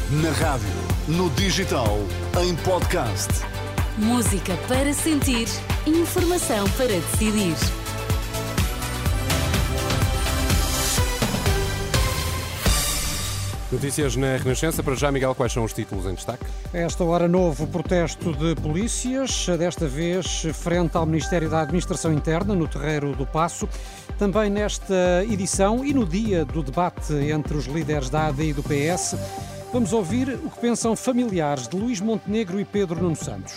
Na rádio, no digital, em podcast. Música para sentir, informação para decidir. Notícias na Renascença. Para já, Miguel, quais são os títulos em destaque? A esta hora, novo protesto de polícias, desta vez frente ao Ministério da Administração Interna, no Terreiro do Paço. Também nesta edição e no dia do debate entre os líderes da AD e do PS, vamos ouvir o que pensam familiares de Luís Montenegro e Pedro Nuno Santos.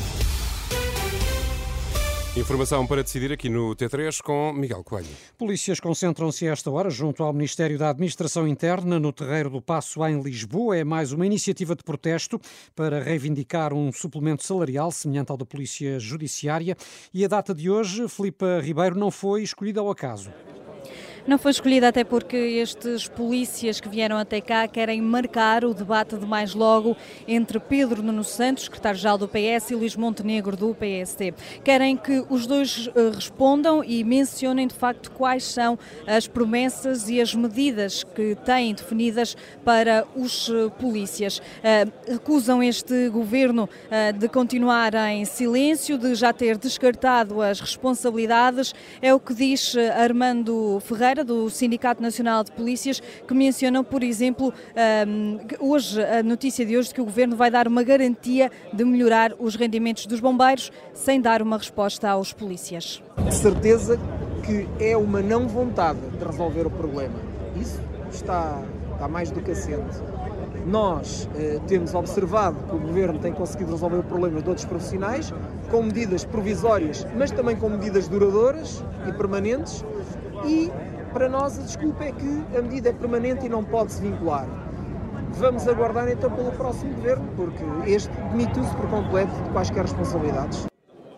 Informação para decidir aqui no T3 com Miguel Coelho. Polícias concentram-se a esta hora junto ao Ministério da Administração Interna, no Terreiro do Paço, em Lisboa. É mais uma iniciativa de protesto para reivindicar um suplemento salarial semelhante ao da Polícia Judiciária. E a data de hoje, Filipe Ribeiro, não foi escolhida ao acaso. Não foi escolhida até porque estes polícias que vieram até cá querem marcar o debate de mais logo entre Pedro Nuno Santos, secretário-geral do PS, e Luís Montenegro, do PSD. Querem que os dois respondam e mencionem de facto quais são as promessas e as medidas que têm definidas para os polícias. Acusam este governo de continuar em silêncio, de já ter descartado as responsabilidades. É o que diz Armando Ferreira, do Sindicato Nacional de Polícias, que mencionam, por exemplo, hoje, a notícia de hoje, de que o Governo vai dar uma garantia de melhorar os rendimentos dos bombeiros, sem dar uma resposta aos polícias. De certeza que é uma não vontade de resolver o problema. Isso está mais do que assente. Nós temos observado que o Governo tem conseguido resolver o problema de outros profissionais, com medidas provisórias, mas também com medidas duradouras e permanentes, e para nós a desculpa é que a medida é permanente e não pode se vincular. Vamos aguardar então pelo próximo Governo, porque este demitiu-se por completo de quaisquer responsabilidades.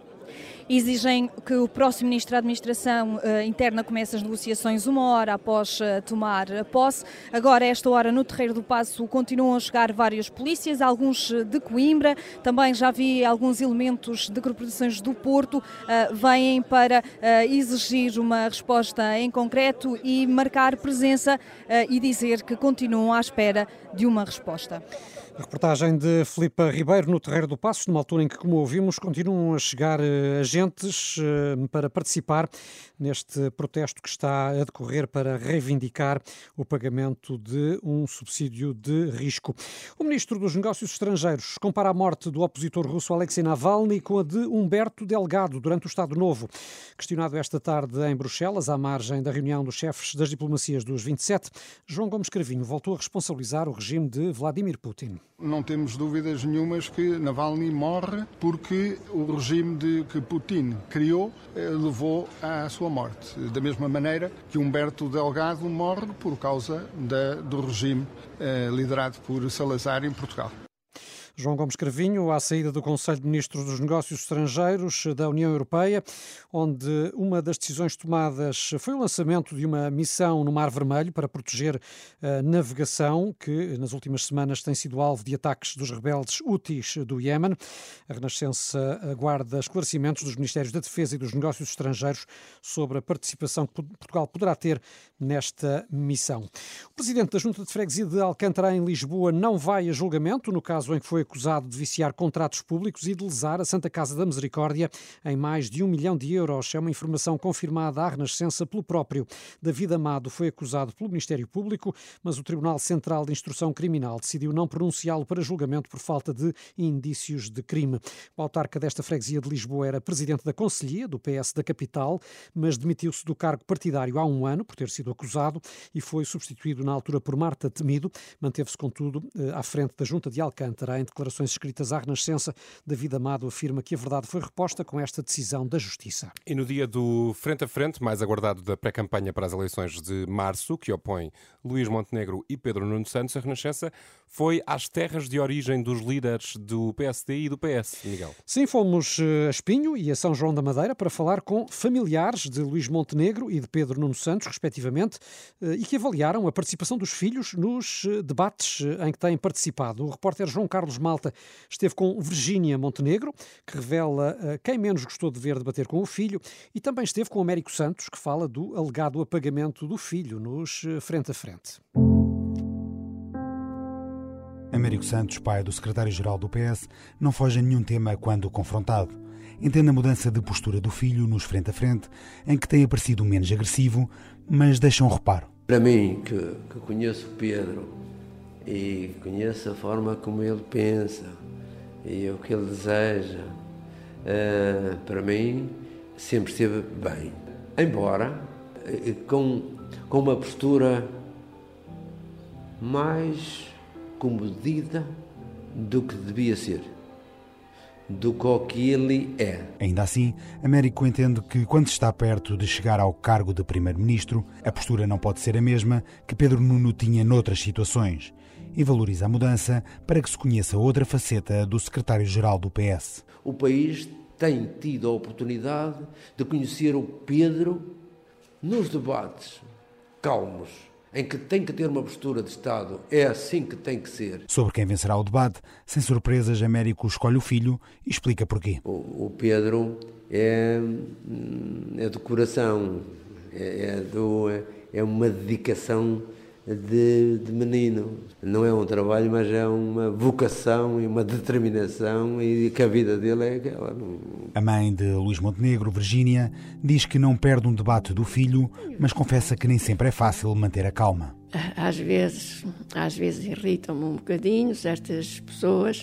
Exigem que o próximo Ministro da Administração Interna comece as negociações uma hora após tomar posse. Agora, a esta hora, no Terreiro do Paço, continuam a chegar vários polícias, alguns de Coimbra, também já vi alguns elementos de corporações do Porto, vêm para exigir uma resposta em concreto e marcar presença e dizer que continuam à espera de uma resposta. A reportagem de Filipe Ribeiro no Terreiro do Paço, numa altura em que, como ouvimos, continuam a chegar agentes para participar neste protesto que está a decorrer para reivindicar o pagamento de um subsídio de risco. O ministro dos Negócios Estrangeiros compara a morte do opositor russo Alexei Navalny com a de Humberto Delgado durante o Estado Novo. Questionado esta tarde em Bruxelas, à margem da reunião dos chefes das diplomacias dos 27, João Gomes Cravinho voltou a responsabilizar o regime de Vladimir Putin. Não temos dúvidas nenhumas que Navalny morre porque o regime que Putin criou levou à sua morte. Da mesma maneira que Humberto Delgado morre por causa do regime liderado por Salazar em Portugal. João Gomes Cravinho, à saída do Conselho de Ministros dos Negócios Estrangeiros da União Europeia, onde uma das decisões tomadas foi o lançamento de uma missão no Mar Vermelho para proteger a navegação, que nas últimas semanas tem sido alvo de ataques dos rebeldes Houthis do Iémen. A Renascença aguarda esclarecimentos dos Ministérios da Defesa e dos Negócios Estrangeiros sobre a participação que Portugal poderá ter nesta missão. O presidente da Junta de Freguesia de Alcântara, em Lisboa, não vai a julgamento no caso em que foi acusado de viciar contratos públicos e de lesar a Santa Casa da Misericórdia em mais de 1 milhão de euros. É uma informação confirmada à Renascença pelo próprio David Amado. Foi acusado pelo Ministério Público, mas o Tribunal Central de Instrução Criminal decidiu não pronunciá-lo para julgamento por falta de indícios de crime. O autarca desta freguesia de Lisboa era presidente da Conselhia, do PS da capital, mas demitiu-se do cargo partidário há 1 ano por ter sido acusado e foi substituído na altura por Marta Temido. Manteve-se, contudo, à frente da Junta de Alcântara. Em declarações escritas à Renascença, David Amado afirma que a verdade foi reposta com esta decisão da Justiça. E no dia do frente a frente, mais aguardado da pré-campanha para as eleições de março, que opõe Luís Montenegro e Pedro Nuno Santos, a Renascença foi às terras de origem dos líderes do PSD e do PS, Miguel. Sim, fomos a Espinho e a São João da Madeira para falar com familiares de Luís Montenegro e de Pedro Nuno Santos, respectivamente, e que avaliaram a participação dos filhos nos debates em que têm participado. O repórter João Carlos Malta esteve com Virgínia Montenegro, que revela quem menos gostou de ver debater com o filho, e também esteve com Américo Santos, que fala do alegado apagamento do filho nos frente a frente. A Américo Santos, pai do secretário-geral do PS, não foge a nenhum tema quando confrontado. Entende a mudança de postura do filho nos frente a frente, em que tem aparecido menos agressivo, mas deixa um reparo. Para mim, que conheço o Pedro e conheço a forma como ele pensa e o que ele deseja, para mim sempre esteve bem. Embora com uma postura mais comedida do que devia ser, do que ele é. Ainda assim, Américo entende que quando está perto de chegar ao cargo de primeiro-ministro, a postura não pode ser a mesma que Pedro Nuno tinha noutras situações e valoriza a mudança para que se conheça outra faceta do secretário-geral do PS. O país tem tido a oportunidade de conhecer o Pedro nos debates calmos, em que tem que ter uma postura de Estado, é assim que tem que ser. Sobre quem vencerá o debate, sem surpresas, Américo escolhe o filho e explica porquê. O Pedro é do coração, é uma dedicação de menino. Não é um trabalho, mas é uma vocação e uma determinação, e que a vida dele é aquela. A mãe de Luís Montenegro, Virgínia, diz que não perde um debate do filho, mas confessa que nem sempre é fácil manter a calma. Às vezes irritam-me um bocadinho certas pessoas,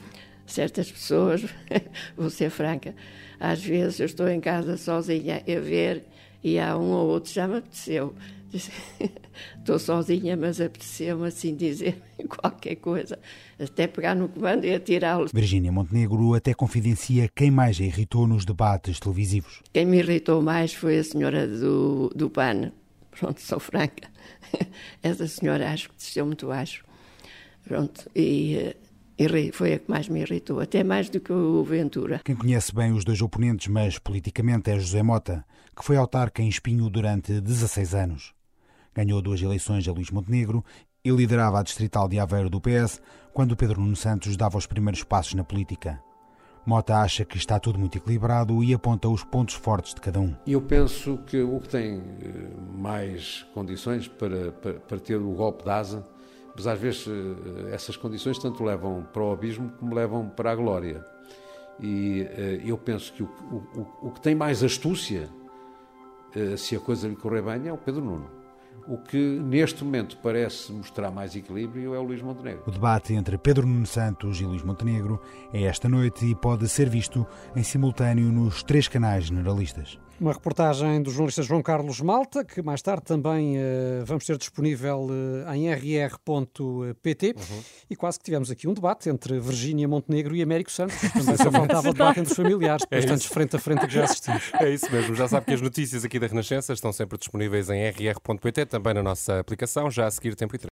vou ser franca, às vezes eu estou em casa sozinha a ver e há um ou outro já me apeteceu. Estou sozinha, mas apeteceu-me assim dizer qualquer coisa, até pegar no comando e atirá-lo. Virgínia Montenegro até confidencia quem mais a irritou nos debates televisivos. Quem me irritou mais foi a senhora do PAN. Pronto, sou franca. Essa senhora acho que desceu muito baixo. Pronto, e foi a que mais me irritou, até mais do que o Ventura. Quem conhece bem os dois oponentes, mas politicamente, é José Mota, que foi autarca em Espinho durante 16 anos. Ganhou 2 eleições a Luís Montenegro e liderava a distrital de Aveiro do PS quando Pedro Nuno Santos dava os primeiros passos na política. Mota acha que está tudo muito equilibrado e aponta os pontos fortes de cada um. Eu penso que o que tem mais condições para ter o golpe de asa, mas às vezes essas condições tanto levam para o abismo como levam para a glória. E eu penso que o que tem mais astúcia, se a coisa lhe correr bem, é o Pedro Nuno. O que neste momento parece mostrar mais equilíbrio é o Luís Montenegro. O debate entre Pedro Nuno Santos e Luís Montenegro é esta noite e pode ser visto em simultâneo nos 3 canais generalistas. Uma reportagem do jornalista João Carlos Malta, que mais tarde também vamos ter disponível em rr.pt. E quase que tivemos aqui um debate entre Virgínia Montenegro e Américo Santos. Também só faltava o debate entre os familiares, depois tantos frente a frente que já assistimos. É isso mesmo. Já sabe que as notícias aqui da Renascença estão sempre disponíveis em rr.pt, também na nossa aplicação, já a seguir Tempo e Trânsito.